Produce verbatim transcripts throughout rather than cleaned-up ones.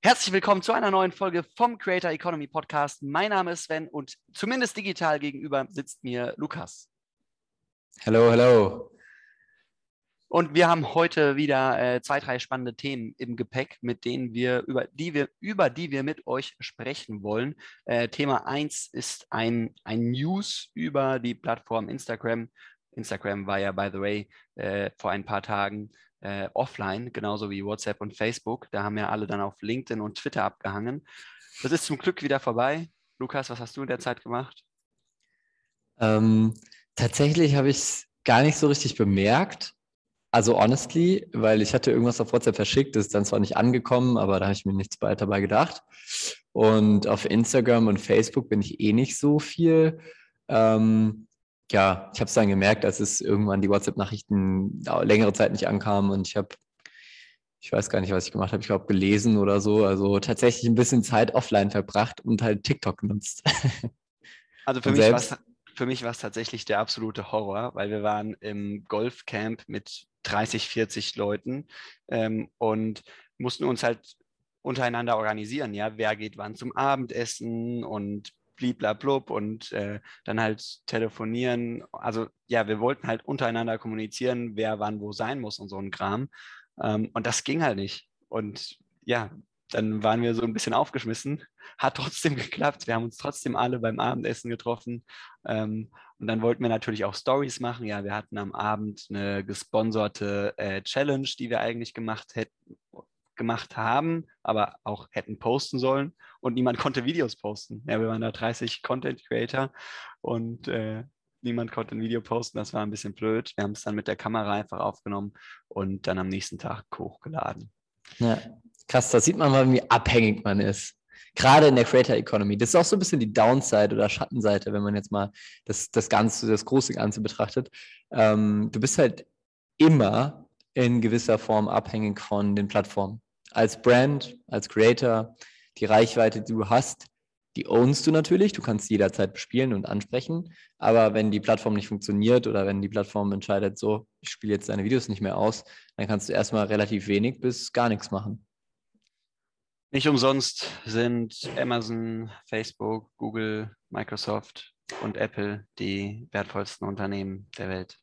Herzlich willkommen zu einer neuen Folge vom Creator Economy Podcast. Mein Name ist Sven und zumindest digital gegenüber sitzt mir Lukas. Hello, hello. Und wir haben heute wieder äh, zwei, drei spannende Themen im Gepäck, mit denen wir über die wir über die wir mit euch sprechen wollen. Äh, Thema eins ist ein, ein News über die Plattform Instagram. Instagram war ja, by the way, äh, vor ein paar Tagen äh, offline, genauso wie WhatsApp und Facebook. Da haben ja alle dann auf LinkedIn und Twitter abgehangen. Das ist zum Glück wieder vorbei. Lukas, was hast du in der Zeit gemacht? Ähm, tatsächlich habe ich es gar nicht so richtig bemerkt. Also honestly, weil ich hatte irgendwas auf WhatsApp verschickt, das ist dann zwar nicht angekommen, aber da habe ich mir nichts weiter dabei gedacht. Und auf Instagram und Facebook bin ich eh nicht so viel. Ähm, ja, ich habe es dann gemerkt, als es irgendwann die WhatsApp-Nachrichten längere Zeit nicht ankamen und ich habe, ich weiß gar nicht, was ich gemacht habe, ich glaube gelesen oder so. Also tatsächlich ein bisschen Zeit offline verbracht und halt TikTok genutzt. Also für Und mich war es selbst? für mich war es tatsächlich der absolute Horror, weil wir waren im Golfcamp mit dreißig, vierzig Leuten ähm, und mussten uns halt untereinander organisieren, ja, wer geht wann zum Abendessen und bliblablub und äh, dann halt telefonieren. Also ja, wir wollten halt untereinander kommunizieren, wer wann wo sein muss und so ein Kram. Ähm, und das ging halt nicht. Und ja, dann waren wir so ein bisschen aufgeschmissen. Hat trotzdem geklappt. Wir haben uns trotzdem alle beim Abendessen getroffen. Ähm, und dann wollten wir natürlich auch Stories machen. Ja, wir hatten am Abend eine gesponserte äh, Challenge, die wir eigentlich gemacht hätten, gemacht haben, aber auch hätten posten sollen. Und niemand konnte Videos posten. Ja, wir waren da dreißig Content Creator und äh, niemand konnte ein Video posten. Das war ein bisschen blöd. Wir haben es dann mit der Kamera einfach aufgenommen und dann am nächsten Tag hochgeladen. Ja, krass, da sieht man mal, wie abhängig man ist. Gerade in der Creator Economy. Das ist auch so ein bisschen die Downside oder Schattenseite, wenn man jetzt mal das, das Ganze, das große Ganze betrachtet. Ähm, du bist halt immer in gewisser Form abhängig von den Plattformen. Als Brand, als Creator, die Reichweite, die du hast, die ownst du natürlich. Du kannst jederzeit bespielen und ansprechen. Aber wenn die Plattform nicht funktioniert oder wenn die Plattform entscheidet, so, ich spiele jetzt deine Videos nicht mehr aus, dann kannst du erstmal relativ wenig bis gar nichts machen. Nicht umsonst sind Amazon, Facebook, Google, Microsoft und Apple die wertvollsten Unternehmen der Welt.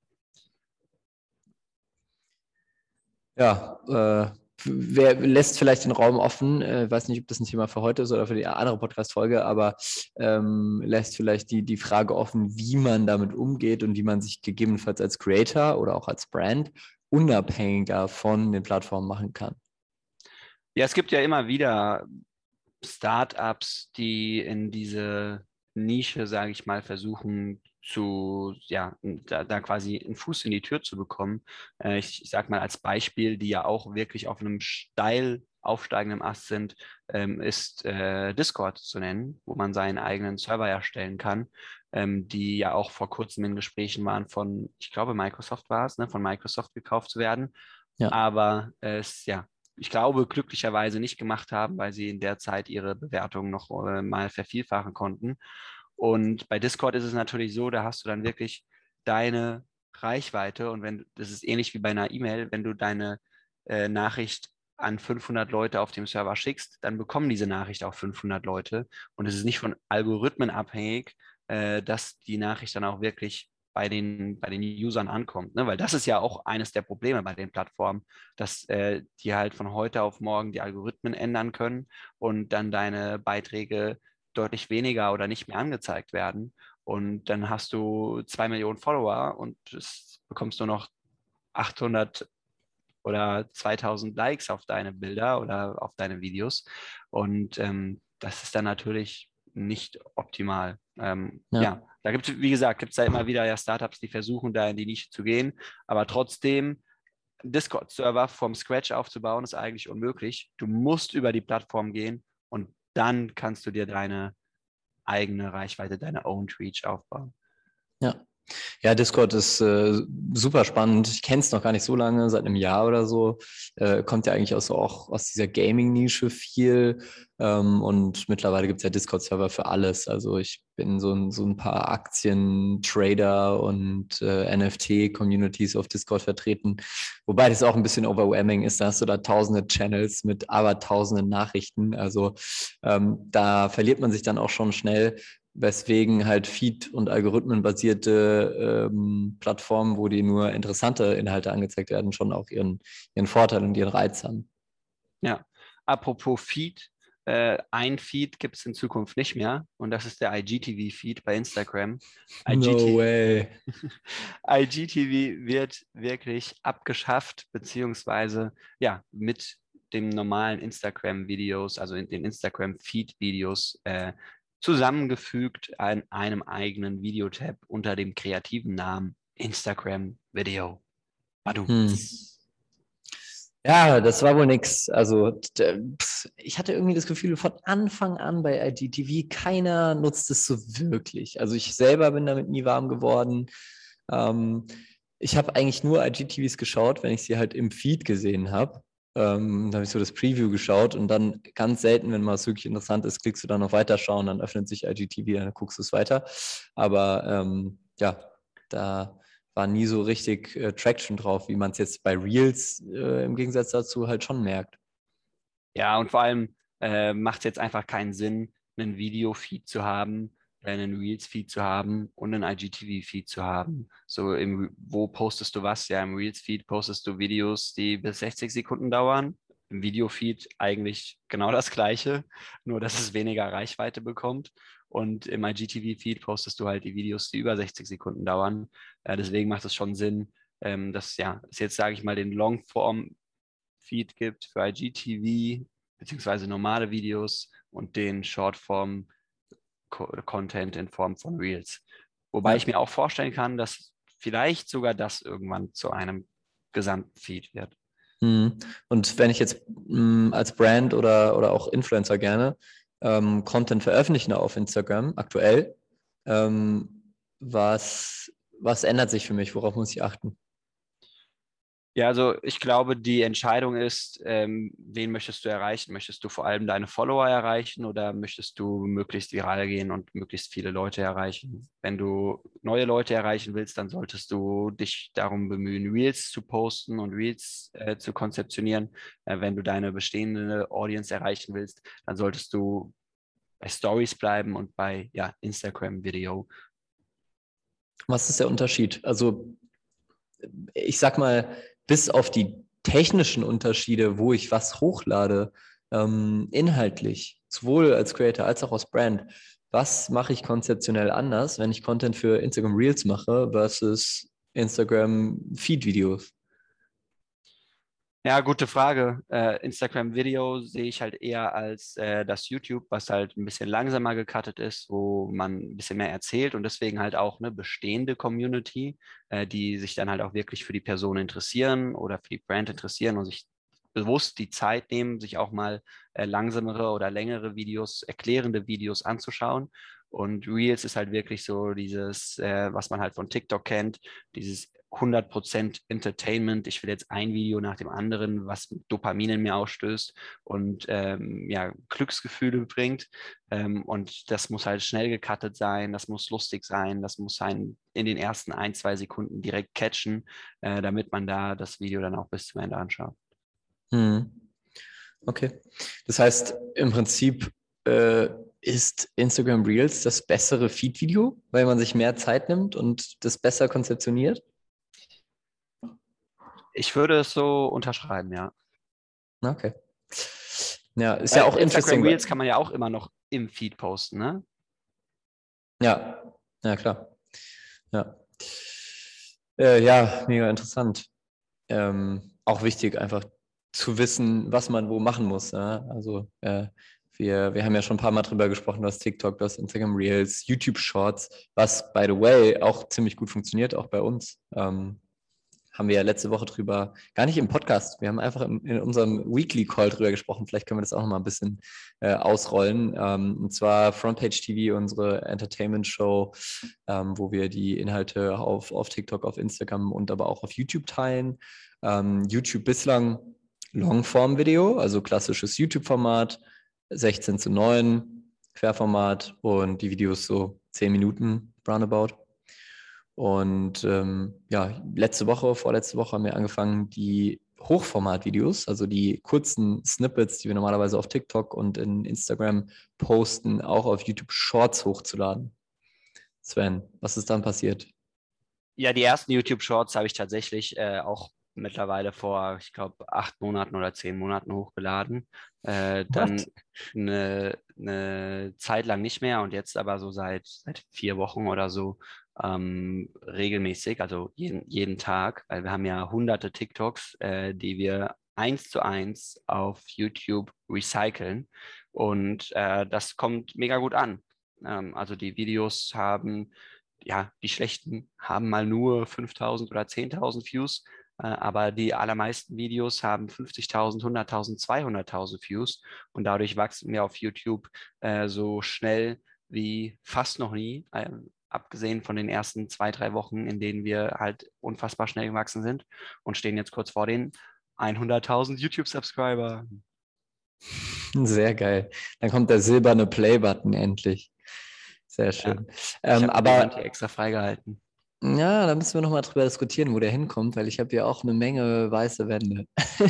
Ja, äh, wer lässt vielleicht den Raum offen, äh, weiß nicht, ob das ein Thema für heute ist oder für die andere Podcast-Folge, aber ähm, lässt vielleicht die, die Frage offen, wie man damit umgeht und wie man sich gegebenenfalls als Creator oder auch als Brand unabhängiger von den Plattformen machen kann. Ja, es gibt ja immer wieder Startups, die in diese Nische, sage ich mal, versuchen zu, ja, da, da quasi einen Fuß in die Tür zu bekommen. Äh, ich ich sage mal als Beispiel, die ja auch wirklich auf einem steil aufsteigenden Ast sind, ähm, ist äh, Discord zu nennen, wo man seinen eigenen Server erstellen kann, ähm, die ja auch vor kurzem in Gesprächen waren von, ich glaube, Microsoft war es, ne, von Microsoft gekauft zu werden. Ja. Aber es, ja, ich glaube, glücklicherweise nicht gemacht haben, weil sie in der Zeit ihre Bewertung noch äh, mal vervielfachen konnten. Und bei Discord ist es natürlich so, da hast du dann wirklich deine Reichweite und wenn, das ist ähnlich wie bei einer E-Mail, wenn du deine äh, Nachricht an fünfhundert Leute auf dem Server schickst, dann bekommen diese Nachricht auch fünfhundert Leute und es ist nicht von Algorithmen abhängig, äh, dass die Nachricht dann auch wirklich bei den, bei den Usern ankommt, ne? Weil das ist ja auch eines der Probleme bei den Plattformen, dass äh, die halt von heute auf morgen die Algorithmen ändern können und dann deine Beiträge deutlich weniger oder nicht mehr angezeigt werden. Und dann hast du zwei Millionen Follower und es bekommst du noch achthundert oder zweitausend Likes auf deine Bilder oder auf deine Videos. Und ähm, das ist dann natürlich nicht optimal. Ähm, Ja. ja, da gibt es, wie gesagt, gibt es da immer wieder ja Startups, die versuchen, da in die Nische zu gehen, aber trotzdem Discord-Server vom Scratch aufzubauen, ist eigentlich unmöglich. Du musst über die Plattform gehen und dann kannst du dir deine eigene Reichweite, deine Owned Reach aufbauen. Ja. Ja, Discord ist äh, super spannend. Ich kenne es noch gar nicht so lange, seit einem Jahr oder so. Äh, kommt ja eigentlich auch so auch aus dieser Gaming-Nische viel. Ähm, und mittlerweile gibt es ja Discord-Server für alles. Also ich bin so ein, so ein paar Aktien, Trader und äh, N F T-Communities auf Discord vertreten. Wobei das auch ein bisschen overwhelming ist. Da hast du da tausende Channels mit aber tausenden Nachrichten. Also ähm, da verliert man sich dann auch schon schnell. Weswegen halt Feed- und Algorithmenbasierte ähm, Plattformen, wo die nur interessante Inhalte angezeigt werden, schon auch ihren, ihren Vorteil und ihren Reiz haben. Ja, apropos Feed, äh, ein Feed gibt es in Zukunft nicht mehr und das ist der I G T V-Feed bei Instagram. No way. I G T V wird wirklich abgeschafft, beziehungsweise ja, mit dem normalen Instagram-Videos, also in den Instagram-Feed-Videos äh, zusammengefügt in einem eigenen Videotab unter dem kreativen Namen Instagram Video. Hm. Ja, das war wohl nix. Also ich hatte irgendwie das Gefühl, von Anfang an bei I G T V, keiner nutzt es so wirklich. Also ich selber bin damit nie warm geworden. Ähm, ich habe eigentlich nur I G T Vs geschaut, wenn ich sie halt im Feed gesehen habe. Ähm, da habe ich so das Preview geschaut und dann ganz selten, wenn mal was wirklich interessant ist, klickst du dann auf Weiterschauen, dann öffnet sich I G T V, dann guckst du es weiter. Aber ähm, ja, da war nie so richtig äh, Traction drauf, wie man es jetzt bei Reels äh, im Gegensatz dazu halt schon merkt. Ja, und vor allem äh, macht es jetzt einfach keinen Sinn, einen Video-Feed zu haben, äh, einen Reels-Feed zu haben und einen I G T V-Feed zu haben. So, im, wo postest du was? Ja, im Reels-Feed postest du Videos, die bis sechzig Sekunden dauern. Im Video-Feed eigentlich genau das Gleiche, nur dass es weniger Reichweite bekommt. Und im I G T V-Feed postest du halt die Videos, die über sechzig Sekunden dauern. Äh, deswegen macht es schon Sinn, ähm, dass ja, es jetzt, sage ich mal, den Longform Feed gibt für I G T V beziehungsweise normale Videos und den Shortform-Content in Form von Reels. Wobei Ja. ich mir auch vorstellen kann, dass vielleicht sogar das irgendwann zu einem Gesamtfeed wird. Mhm. Und wenn ich jetzt mh, als Brand oder, oder auch Influencer gerne ähm, Content veröffentliche auf Instagram aktuell, ähm, was, was ändert sich für mich? Worauf muss ich achten? Ja, also ich glaube, die Entscheidung ist, ähm, wen möchtest du erreichen? Möchtest du vor allem deine Follower erreichen oder möchtest du möglichst viral gehen und möglichst viele Leute erreichen? Wenn du neue Leute erreichen willst, dann solltest du dich darum bemühen, Reels zu posten und Reels äh, zu konzeptionieren. Äh, wenn du deine bestehende Audience erreichen willst, dann solltest du bei Stories bleiben und bei ja, Instagram Video. Was ist der Unterschied? Also ich sag mal, bis auf die technischen Unterschiede, wo ich was hochlade, ähm, inhaltlich, sowohl als Creator als auch als Brand, was mache ich konzeptionell anders, wenn ich Content für Instagram Reels mache versus Instagram Feed-Videos? Ja, gute Frage. Äh, Instagram Video sehe ich halt eher als äh, das YouTube, was halt ein bisschen langsamer gecuttet ist, wo man ein bisschen mehr erzählt und deswegen halt auch eine bestehende Community, äh, die sich dann halt auch wirklich für die Person interessieren oder für die Brand interessieren und sich bewusst die Zeit nehmen, sich auch mal äh, langsamere oder längere Videos, erklärende Videos anzuschauen. Und Reels ist halt wirklich so dieses, äh, was man halt von TikTok kennt, dieses hundert Prozent Entertainment. Ich will jetzt ein Video nach dem anderen, was Dopamin in mir ausstößt und ähm, ja, Glücksgefühle bringt. Ähm, und das muss halt schnell gecuttet sein, das muss lustig sein, das muss einen in den ersten ein, zwei Sekunden direkt catchen, äh, damit man da das Video dann auch bis zum Ende anschaut. Hm. Okay. Das heißt, im Prinzip äh, ist Instagram Reels das bessere Feed-Video, weil man sich mehr Zeit nimmt und das besser konzeptioniert? Ich würde es so unterschreiben, ja. Okay. Ja, ist ja Weil auch Instagram interesting. Reels kann man ja auch immer noch im Feed posten, ne? Ja, ja, klar. Ja, äh, ja, mega interessant. Ähm, auch wichtig, einfach zu wissen, was man wo machen muss. Ja? Also äh, wir, wir haben ja schon ein paar Mal drüber gesprochen, was TikTok, was Instagram Reels, YouTube Shorts, was, by the way, auch ziemlich gut funktioniert, auch bei uns. Ähm, haben wir ja letzte Woche drüber, gar nicht im Podcast, wir haben einfach in, in unserem Weekly Call drüber gesprochen. Vielleicht können wir das auch noch mal ein bisschen äh, ausrollen. Ähm, und zwar Frontpage T V, unsere Entertainment-Show, ähm, wo wir die Inhalte auf, auf TikTok, auf Instagram und aber auch auf YouTube teilen. Ähm, YouTube bislang Longform-Video, also klassisches YouTube-Format, sechzehn zu neun, Querformat und die Videos so zehn Minuten roundabout. Und ähm, ja, letzte Woche, vorletzte Woche haben wir angefangen, die Hochformat-Videos, also die kurzen Snippets, die wir normalerweise auf TikTok und in Instagram posten, auch auf YouTube Shorts hochzuladen. Sven, was ist dann passiert? Ja, die ersten YouTube-Shorts habe ich tatsächlich äh, auch mittlerweile vor, ich glaube, acht Monaten oder zehn Monaten hochgeladen. Äh, dann eine, eine Zeit lang nicht mehr und jetzt aber so seit, seit vier Wochen oder so ähm, regelmäßig, also jeden, jeden Tag, weil wir haben ja hunderte TikToks, äh, die wir eins zu eins auf YouTube recyceln und äh, das kommt mega gut an. Ähm, also die Videos haben ja, die schlechten haben mal nur fünftausend oder zehntausend Views, äh, aber die allermeisten Videos haben fünfzigtausend, hunderttausend, zweihunderttausend Views und dadurch wachsen wir auf YouTube äh, so schnell wie fast noch nie, äh, abgesehen von den ersten zwei, drei Wochen, in denen wir halt unfassbar schnell gewachsen sind und stehen jetzt kurz vor den hunderttausend YouTube-Subscriber. Sehr geil. Dann kommt der silberne Play-Button endlich. Sehr schön. Ja, ich ähm, habe den aber extra freigehalten. ja, da müssen wir nochmal drüber diskutieren, wo der hinkommt, weil ich habe ja auch eine Menge weiße Wände.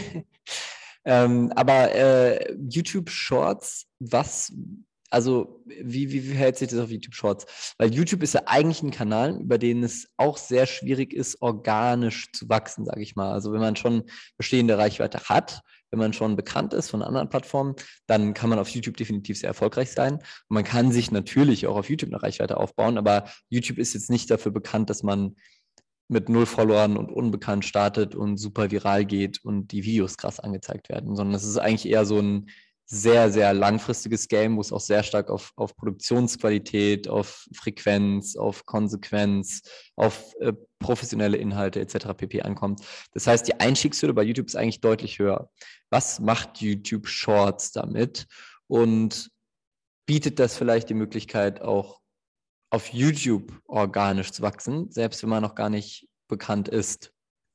ähm, aber äh, YouTube Shorts, was, also wie, wie, wie verhält sich das auf YouTube Shorts? Weil YouTube ist ja eigentlich ein Kanal, über den es auch sehr schwierig ist, organisch zu wachsen, sage ich mal. Also wenn man schon bestehende Reichweite hat, wenn man schon bekannt ist von anderen Plattformen, dann kann man auf YouTube definitiv sehr erfolgreich sein. Und man kann sich natürlich auch auf YouTube eine Reichweite aufbauen, aber YouTube ist jetzt nicht dafür bekannt, dass man mit null Followern und unbekannt startet und super viral geht und die Videos krass angezeigt werden, sondern es ist eigentlich eher so ein sehr, sehr langfristiges Game, wo es auch sehr stark auf, auf Produktionsqualität, auf Frequenz, auf Konsequenz, auf äh, professionelle Inhalte et cetera pp. Ankommt. Das heißt, die Einstiegshürde bei YouTube ist eigentlich deutlich höher. Was macht YouTube Shorts damit? Und bietet das vielleicht die Möglichkeit, auch auf YouTube organisch zu wachsen, selbst wenn man noch gar nicht bekannt ist?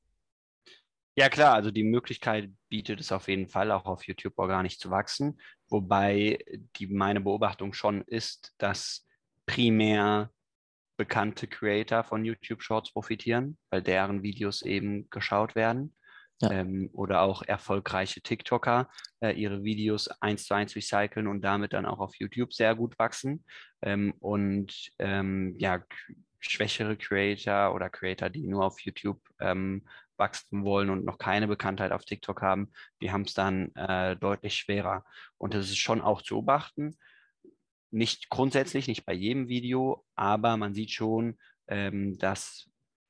Ja, klar, also die Möglichkeit bietet es auf jeden Fall, auch auf YouTube organisch zu wachsen, wobei die, meine Beobachtung schon ist, dass primär bekannte Creator von YouTube Shorts profitieren, weil deren Videos eben geschaut werden. Ja. Ähm, oder auch erfolgreiche TikToker äh, ihre Videos eins zu eins recyceln und damit dann auch auf YouTube sehr gut wachsen. Ähm, und ähm, ja, schwächere Creator oder Creator, die nur auf YouTube ähm, wachsen wollen und noch keine Bekanntheit auf TikTok haben, die haben es dann äh, deutlich schwerer. Und das ist schon auch zu beobachten. Nicht grundsätzlich, nicht bei jedem Video, aber man sieht schon, ähm, dass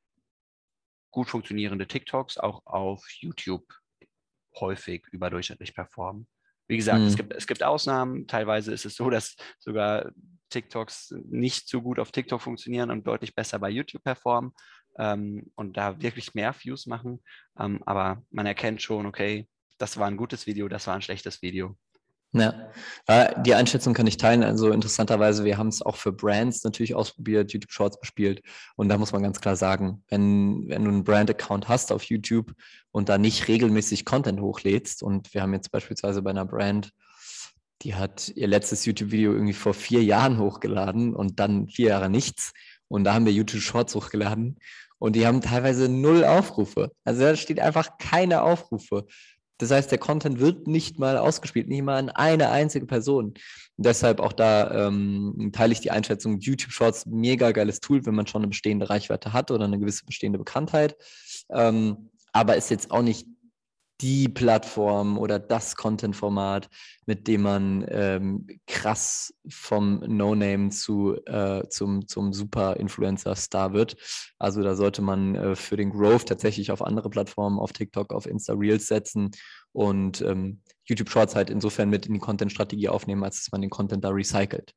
gut funktionierende TikToks auch auf YouTube häufig überdurchschnittlich performen. Wie gesagt, es Hm. gibt, es gibt Ausnahmen. Teilweise ist es so, dass sogar TikToks nicht so gut auf TikTok funktionieren und deutlich besser bei YouTube performen ähm, und da wirklich mehr Views machen. Ähm, aber man erkennt schon, okay, das war ein gutes Video, das war ein schlechtes Video. Ja, äh, die Einschätzung kann ich teilen. Also interessanterweise, wir haben es auch für Brands natürlich ausprobiert, YouTube Shorts bespielt. Und da muss man ganz klar sagen, wenn, wenn du einen Brand-Account hast auf YouTube und da nicht regelmäßig Content hochlädst, und wir haben jetzt beispielsweise bei einer Brand, die hat ihr letztes YouTube-Video irgendwie vor vier Jahren hochgeladen und dann vier Jahre nichts. Und da haben wir YouTube Shorts hochgeladen und die haben teilweise null Aufrufe. Also da steht einfach keine Aufrufe. Das heißt, der Content wird nicht mal ausgespielt, nicht mal an eine einzige Person. Und deshalb auch da ähm, teile ich die Einschätzung, YouTube Shorts, mega geiles Tool, wenn man schon eine bestehende Reichweite hat oder eine gewisse bestehende Bekanntheit. Ähm, aber ist jetzt auch nicht die Plattform oder das Content-Format, mit dem man ähm, krass vom No-Name zu, äh, zum, zum Super-Influencer-Star wird. Also da sollte man äh, für den Growth tatsächlich auf andere Plattformen, auf TikTok, auf Insta-Reels setzen und ähm, YouTube Shorts halt insofern mit in die Content-Strategie aufnehmen, als dass man den Content da recycelt.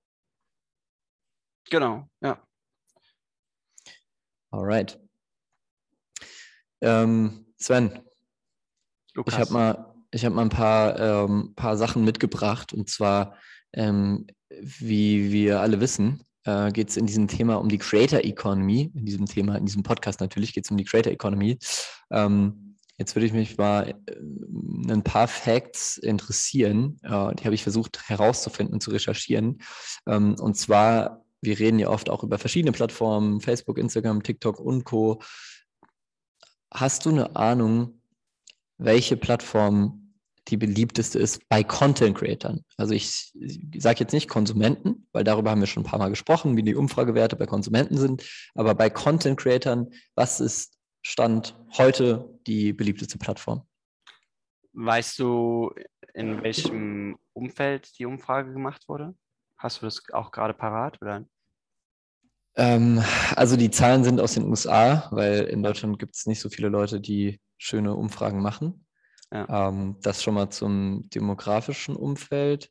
Genau, ja. Alright. Ähm, Sven, Lukas. ich habe mal, ich hab mal ein paar, ähm, paar Sachen mitgebracht. Und zwar, ähm, wie wir alle wissen, äh, geht es in diesem Thema um die Creator Economy. In diesem Thema, in diesem Podcast natürlich geht es um die Creator Economy. Ähm, jetzt würde ich mich mal äh, ein paar Facts interessieren. Äh, die habe ich versucht herauszufinden und zu recherchieren. Ähm, und zwar, wir reden ja oft auch über verschiedene Plattformen, Facebook, Instagram, TikTok und Co. Hast du eine Ahnung, welche Plattform die beliebteste ist bei Content-Creatern? Also ich sage jetzt nicht Konsumenten, weil darüber haben wir schon ein paar Mal gesprochen, wie die Umfragewerte bei Konsumenten sind. Aber bei Content-Creatern, was ist Stand heute die beliebteste Plattform? Weißt du, in welchem Umfeld die Umfrage gemacht wurde? Hast du das auch gerade parat, oder? Ähm, also die Zahlen sind aus den U S A, weil in Deutschland gibt es nicht so viele Leute, die schöne Umfragen machen. Ja. Ähm, das schon mal zum demografischen Umfeld.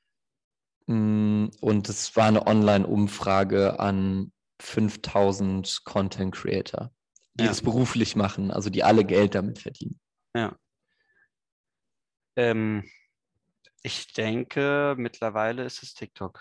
Und es war eine Online-Umfrage an fünftausend Content Creator, die Ja. das beruflich machen, also die alle Geld damit verdienen. Ja. Ähm, ich denke, mittlerweile ist es TikTok.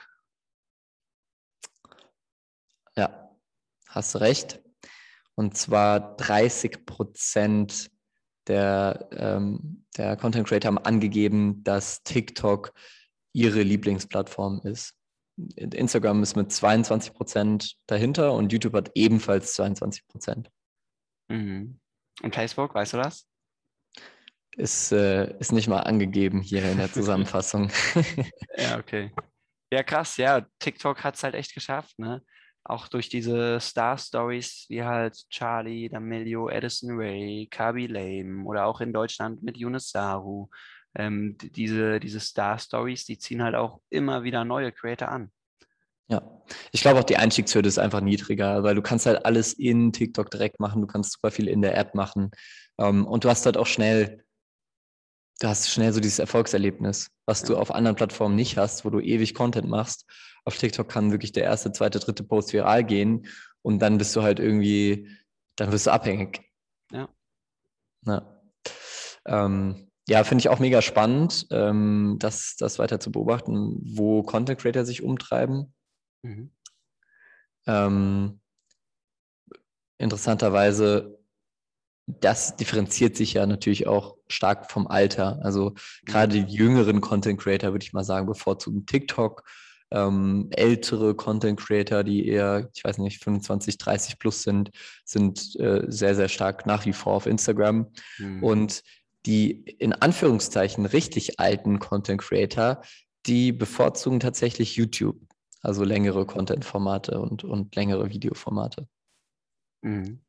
Ja, hast du recht. Und zwar dreißig Prozent der, ähm, der Content Creator haben angegeben, dass TikTok ihre Lieblingsplattform ist. Instagram ist mit zweiundzwanzig Prozent dahinter und YouTube hat ebenfalls zweiundzwanzig Prozent. Mhm. Und Facebook, weißt du das? Ist, äh, ist nicht mal angegeben hier in der Zusammenfassung. Ja, okay. Ja, krass, ja. TikTok hat es halt echt geschafft, ne? Auch durch diese Star-Stories wie halt Charlie, D'Amelio, Addison Rae, Kaby Lame oder auch in Deutschland mit Yunus Saru. Ähm, d- diese, diese Star-Stories, die ziehen halt auch immer wieder neue Creator an. Ja, ich glaube auch die Einstiegshürde ist einfach niedriger, weil du kannst halt alles in TikTok direkt machen, du kannst super viel in der App machen ähm, und du hast halt auch schnell, du hast schnell so dieses Erfolgserlebnis, was Ja. du auf anderen Plattformen nicht hast, wo du ewig Content machst. Auf TikTok kann wirklich der erste, zweite, dritte Post viral gehen und dann bist du halt irgendwie, dann wirst du abhängig. Ja. Ja, ähm, ja, finde ich auch mega spannend, ähm, das, das weiter zu beobachten, wo Content Creator sich umtreiben. Mhm. Ähm, interessanterweise, das differenziert sich ja natürlich auch stark vom Alter. Also gerade Mhm. die jüngeren Content Creator, würde ich mal sagen, bevorzugen TikTok. Ähm, ältere Content Creator, die eher, ich weiß nicht, fünfundzwanzig, dreißig plus sind, sind äh, sehr, sehr stark nach wie vor auf Instagram. Mhm. Und die in Anführungszeichen richtig alten Content Creator, die bevorzugen tatsächlich YouTube, also längere Content-Formate und, und längere Videoformate. Mhm.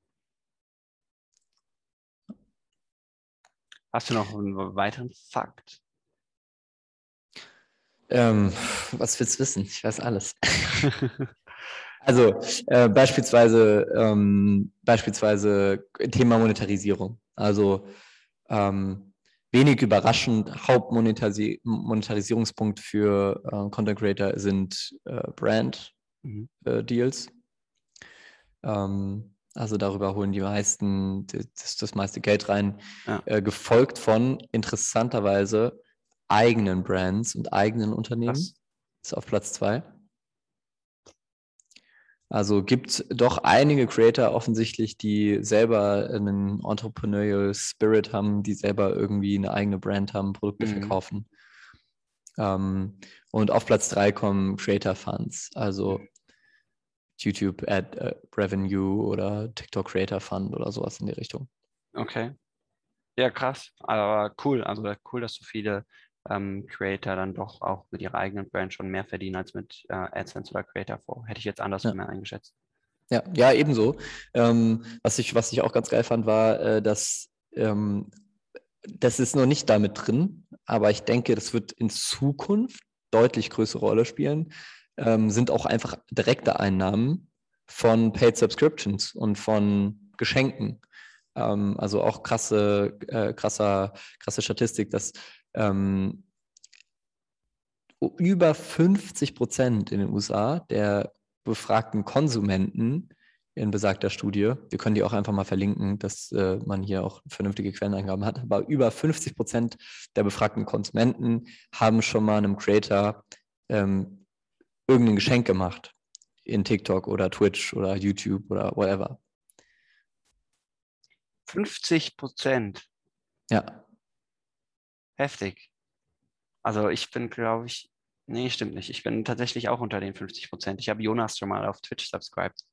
Hast du noch einen weiteren Fakt? Ähm, was willst du wissen? Ich weiß alles. Also äh, beispielsweise, ähm, beispielsweise Thema Monetarisierung. Also ähm, wenig überraschend, Hauptmonetarisierungspunkt für äh, Content Creator sind äh, Brand Mhm. äh, Deals. Ähm, also darüber holen die meisten das, das meiste Geld rein, Ja. äh, gefolgt von interessanterweise eigenen Brands und eigenen Unternehmen. Krass. Ist auf Platz zwei. Also gibt es doch einige Creator offensichtlich, die selber einen Entrepreneurial Spirit haben, die selber irgendwie eine eigene Brand haben, Produkte Mhm. verkaufen. Ähm, und auf Platz drei kommen Creator Funds, also YouTube Ad äh, Revenue oder TikTok Creator Fund oder sowas in die Richtung. Okay. Ja, krass. Aber cool. Also cool, dass so viele ähm, Creator dann doch auch mit ihrer eigenen Brand schon mehr verdienen als mit äh, AdSense oder Creator vor. Hätte ich jetzt Ja. andersrum mehr eingeschätzt. Ja, ja, ebenso. Ähm, was ich, was ich auch ganz geil fand, war, äh, dass ähm, das ist noch nicht damit drin, aber ich denke, das wird in Zukunft deutlich größere Rolle spielen, ähm, sind auch einfach direkte Einnahmen von Paid Subscriptions und von Geschenken. Ähm, also auch krasse, äh, krasser, krasse Statistik, dass ähm, über fünfzig Prozent in den U S A der befragten Konsumenten in besagter Studie. Wir können die auch einfach mal verlinken, dass äh, man hier auch vernünftige Quellenangaben hat. Aber über fünfzig Prozent der befragten Konsumenten haben schon mal einem Creator ähm, irgendein Geschenk gemacht in TikTok oder Twitch oder YouTube oder whatever. fünfzig Prozent. Ja. Heftig. Also ich bin, glaube ich, nee, stimmt nicht. Ich bin tatsächlich auch unter den fünfzig Prozent. Ich habe Jonas schon mal auf Twitch subscribed.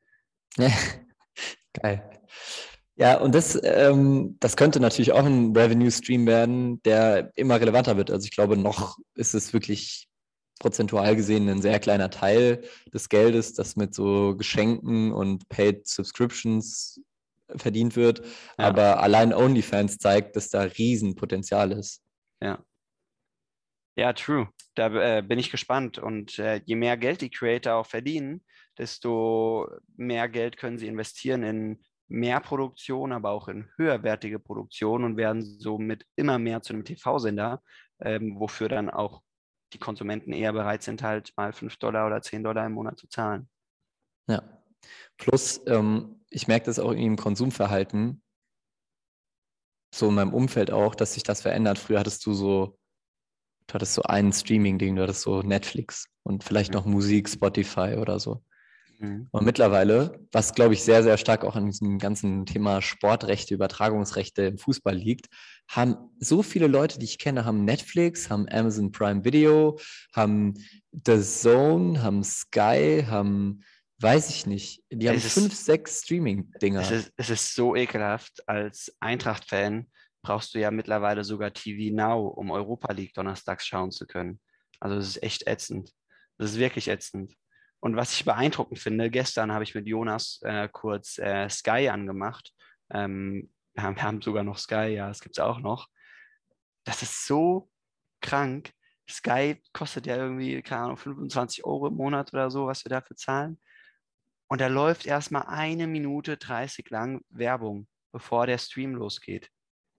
Geil. Ja, und das, ähm, das könnte natürlich auch ein Revenue-Stream werden, der immer relevanter wird. Also ich glaube, noch ist es wirklich prozentual gesehen ein sehr kleiner Teil des Geldes, das mit so Geschenken und Paid Subscriptions verdient wird. Ja. Aber allein OnlyFans zeigt, dass da Riesenpotenzial ist. Ja. Ja, true. Da äh, bin ich gespannt. Und äh, je mehr Geld die Creator auch verdienen, desto mehr Geld können sie investieren in mehr Produktion, aber auch in höherwertige Produktion und werden somit immer mehr zu einem T V-Sender, ähm, wofür dann auch die Konsumenten eher bereit sind, halt mal fünf Dollar oder zehn Dollar im Monat zu zahlen. Ja. Plus, ähm, ich merke das auch im Konsumverhalten, so in meinem Umfeld auch, dass sich das verändert. Früher hattest du so Du hattest so ein Streaming-Ding, du hattest so Netflix und vielleicht noch Musik, Spotify oder so. Mhm. Und mittlerweile, was glaube ich sehr, sehr stark auch an diesem ganzen Thema Sportrechte, Übertragungsrechte im Fußball liegt, haben so viele Leute, die ich kenne, haben Netflix, haben Amazon Prime Video, haben The Zone, haben Sky, haben, weiß ich nicht, die haben Es ist- fünf, sechs Streaming-Dinger. Es ist, es ist so ekelhaft. Als Eintracht-Fan brauchst du ja mittlerweile sogar T V Now, um Europa League donnerstags schauen zu können. Also es ist echt ätzend. Das ist wirklich ätzend. Und was ich beeindruckend finde, gestern habe ich mit Jonas äh, kurz äh, Sky angemacht. Ähm, wir, haben, wir haben sogar noch Sky, ja, das gibt es auch noch. Das ist so krank. Sky kostet ja irgendwie, keine Ahnung, fünfundzwanzig Euro im Monat oder so, was wir dafür zahlen. Und da läuft erstmal eine Minute dreißig lang Werbung, bevor der Stream losgeht.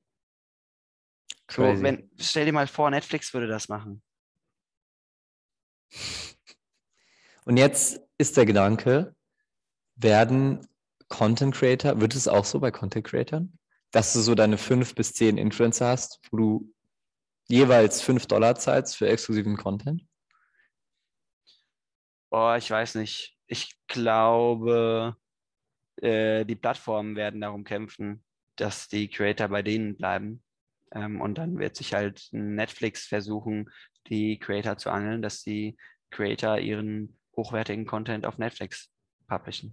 So, Crazy. wenn, stell dir mal vor, Netflix würde das machen. Und jetzt ist der Gedanke, werden Content Creator, wird es auch so bei Content Creatern, dass du so deine fünf bis zehn Influencer hast, wo du jeweils fünf Dollar zahlst für exklusiven Content? Boah, ich weiß nicht. Ich glaube, äh, die Plattformen werden darum kämpfen, dass die Creator bei denen bleiben. Ähm, und dann wird sich halt Netflix versuchen, die Creator zu angeln, dass die Creator ihren hochwertigen Content auf Netflix publishen.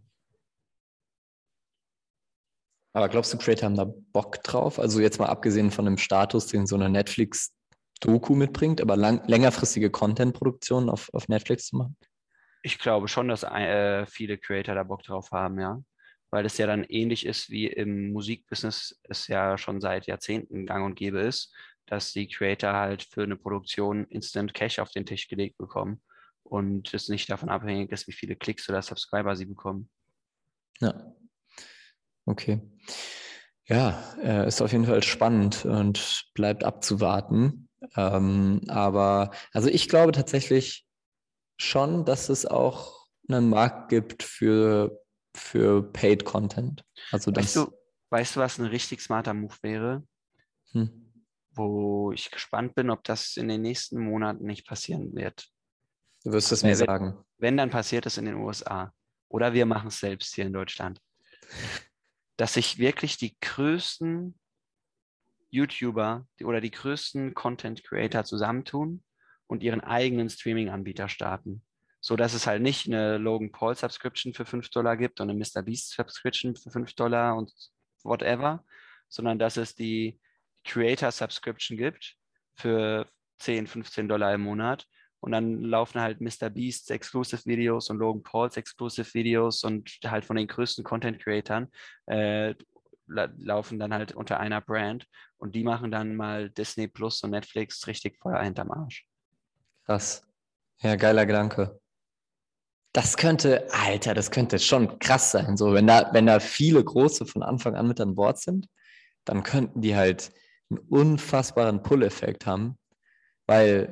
Aber glaubst du, Creator haben da Bock drauf? Also jetzt mal abgesehen von dem Status, den so eine Netflix-Doku mitbringt, aber lang, längerfristige Content-Produktion auf, auf Netflix zu machen? Ich glaube schon, dass äh, viele Creator da Bock drauf haben, ja. Weil es ja dann ähnlich ist wie im Musikbusiness es ja schon seit Jahrzehnten gang und gäbe ist, dass die Creator halt für eine Produktion Instant Cash auf den Tisch gelegt bekommen und es nicht davon abhängig ist, wie viele Klicks oder Subscriber sie bekommen. Ja. Okay. Ja, äh, ist auf jeden Fall spannend und bleibt abzuwarten. Ähm, aber also ich glaube tatsächlich schon, dass es auch einen Markt gibt für, für Paid Content. Also Weißt das, du, weißt du, was ein richtig smarter Move wäre, hm, wo ich gespannt bin, ob das in den nächsten Monaten nicht passieren wird? du wirst es mir Wenn, sagen. wenn, dann passiert es in den U S A. Oder wir machen es selbst hier in Deutschland. Dass sich wirklich die größten YouTuber die, oder die größten Content Creator zusammentun und ihren eigenen Streaming-Anbieter starten. So dass es halt nicht eine Logan Paul Subscription für fünf Dollar gibt und eine Mister Beast Subscription für fünf Dollar und whatever, sondern dass es die Creator Subscription gibt für zehn, fünfzehn Dollar im Monat. Und dann laufen halt Mister Beasts Exclusive Videos und Logan Pauls Exclusive Videos und halt von den größten Content Creatern äh, laufen dann halt unter einer Brand und die machen dann mal Disney Plus und Netflix richtig Feuer hinterm Arsch. Krass. Ja, geiler Gedanke. Das könnte, Alter, das könnte schon krass sein. So, wenn da, wenn da viele große von Anfang an mit an Bord sind, dann könnten die halt einen unfassbaren Pull-Effekt haben, weil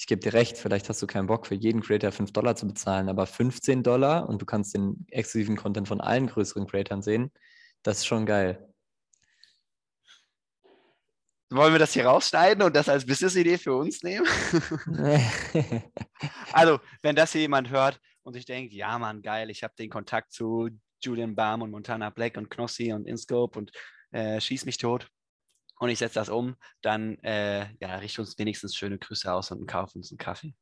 ich gebe dir recht, vielleicht hast du keinen Bock für jeden Creator fünf Dollar zu bezahlen, aber fünfzehn Dollar und du kannst den exklusiven Content von allen größeren Creatoren sehen, das ist schon geil. Wollen wir das hier rausschneiden und das als Business-Idee für uns nehmen? Also, wenn das hier jemand hört und sich denkt, ja Mann, geil, ich habe den Kontakt zu Julian Bam und Montana Black und Knossi und InScope und äh, schieß mich tot und ich setze das um, dann äh, ja, richte uns wenigstens schöne Grüße aus und kaufen uns einen Kaffee.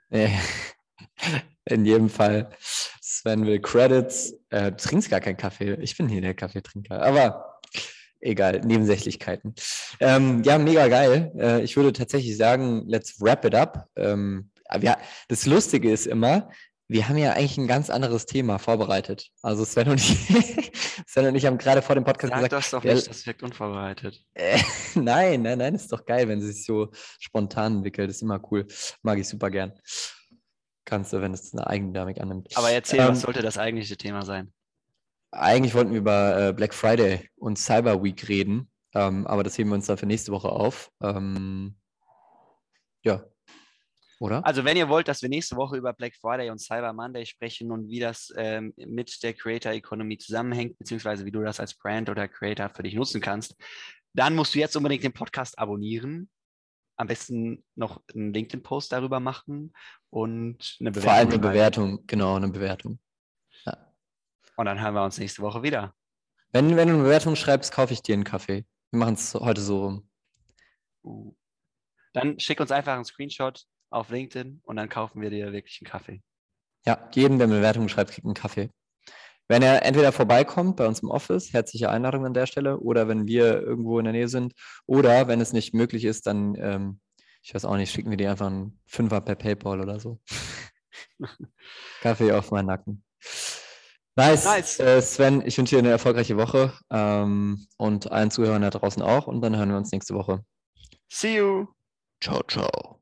In jedem Fall. Sven will Credits. Äh, du trinkst gar keinen Kaffee. Ich bin hier der Kaffeetrinker. Aber egal, Nebensächlichkeiten. Ähm, ja, mega geil. Äh, ich würde tatsächlich sagen, let's wrap it up. Ähm, aber ja, das Lustige ist immer, wir haben ja eigentlich ein ganz anderes Thema vorbereitet. Also Sven und ich, Sven und ich haben gerade vor dem Podcast Sag gesagt. das doch ja, nicht, das wirkt unvorbereitet. Äh, nein, nein, nein, ist doch geil, wenn es sich so spontan entwickelt. Ist immer cool. Mag ich super gern. Kannst du, wenn es eine Eigendynamik annimmt. Aber erzähl, Ähm, was sollte das eigentliche Thema sein? Eigentlich wollten wir über äh, Black Friday und Cyber Week reden, ähm, aber das heben wir uns dann für nächste Woche auf. Ähm, ja, oder? Also wenn ihr wollt, dass wir nächste Woche über Black Friday und Cyber Monday sprechen und wie das ähm, mit der Creator Economy zusammenhängt, beziehungsweise wie du das als Brand oder Creator für dich nutzen kannst, dann musst du jetzt unbedingt den Podcast abonnieren. Am besten noch einen LinkedIn-Post darüber machen und eine Bewertung. Vor allem eine schreiben. Bewertung, genau, eine Bewertung. Ja. Und dann hören wir uns nächste Woche wieder. Wenn, wenn du eine Bewertung schreibst, kaufe ich dir einen Kaffee. Wir machen es heute so rum. Uh. Dann schick uns einfach einen Screenshot auf LinkedIn und dann kaufen wir dir wirklich einen Kaffee. Ja, jedem, der eine Bewertung schreibt, kriegt einen Kaffee. Wenn er entweder vorbeikommt bei uns im Office, herzliche Einladung an der Stelle, oder wenn wir irgendwo in der Nähe sind, oder wenn es nicht möglich ist, dann, ähm, ich weiß auch nicht, schicken wir dir einfach einen Fünfer per PayPal oder so. Kaffee auf meinen Nacken. Nice. nice. Äh, Sven, ich wünsche dir eine erfolgreiche Woche ähm, und allen Zuhörern da draußen auch und dann hören wir uns nächste Woche. See you. Ciao, ciao.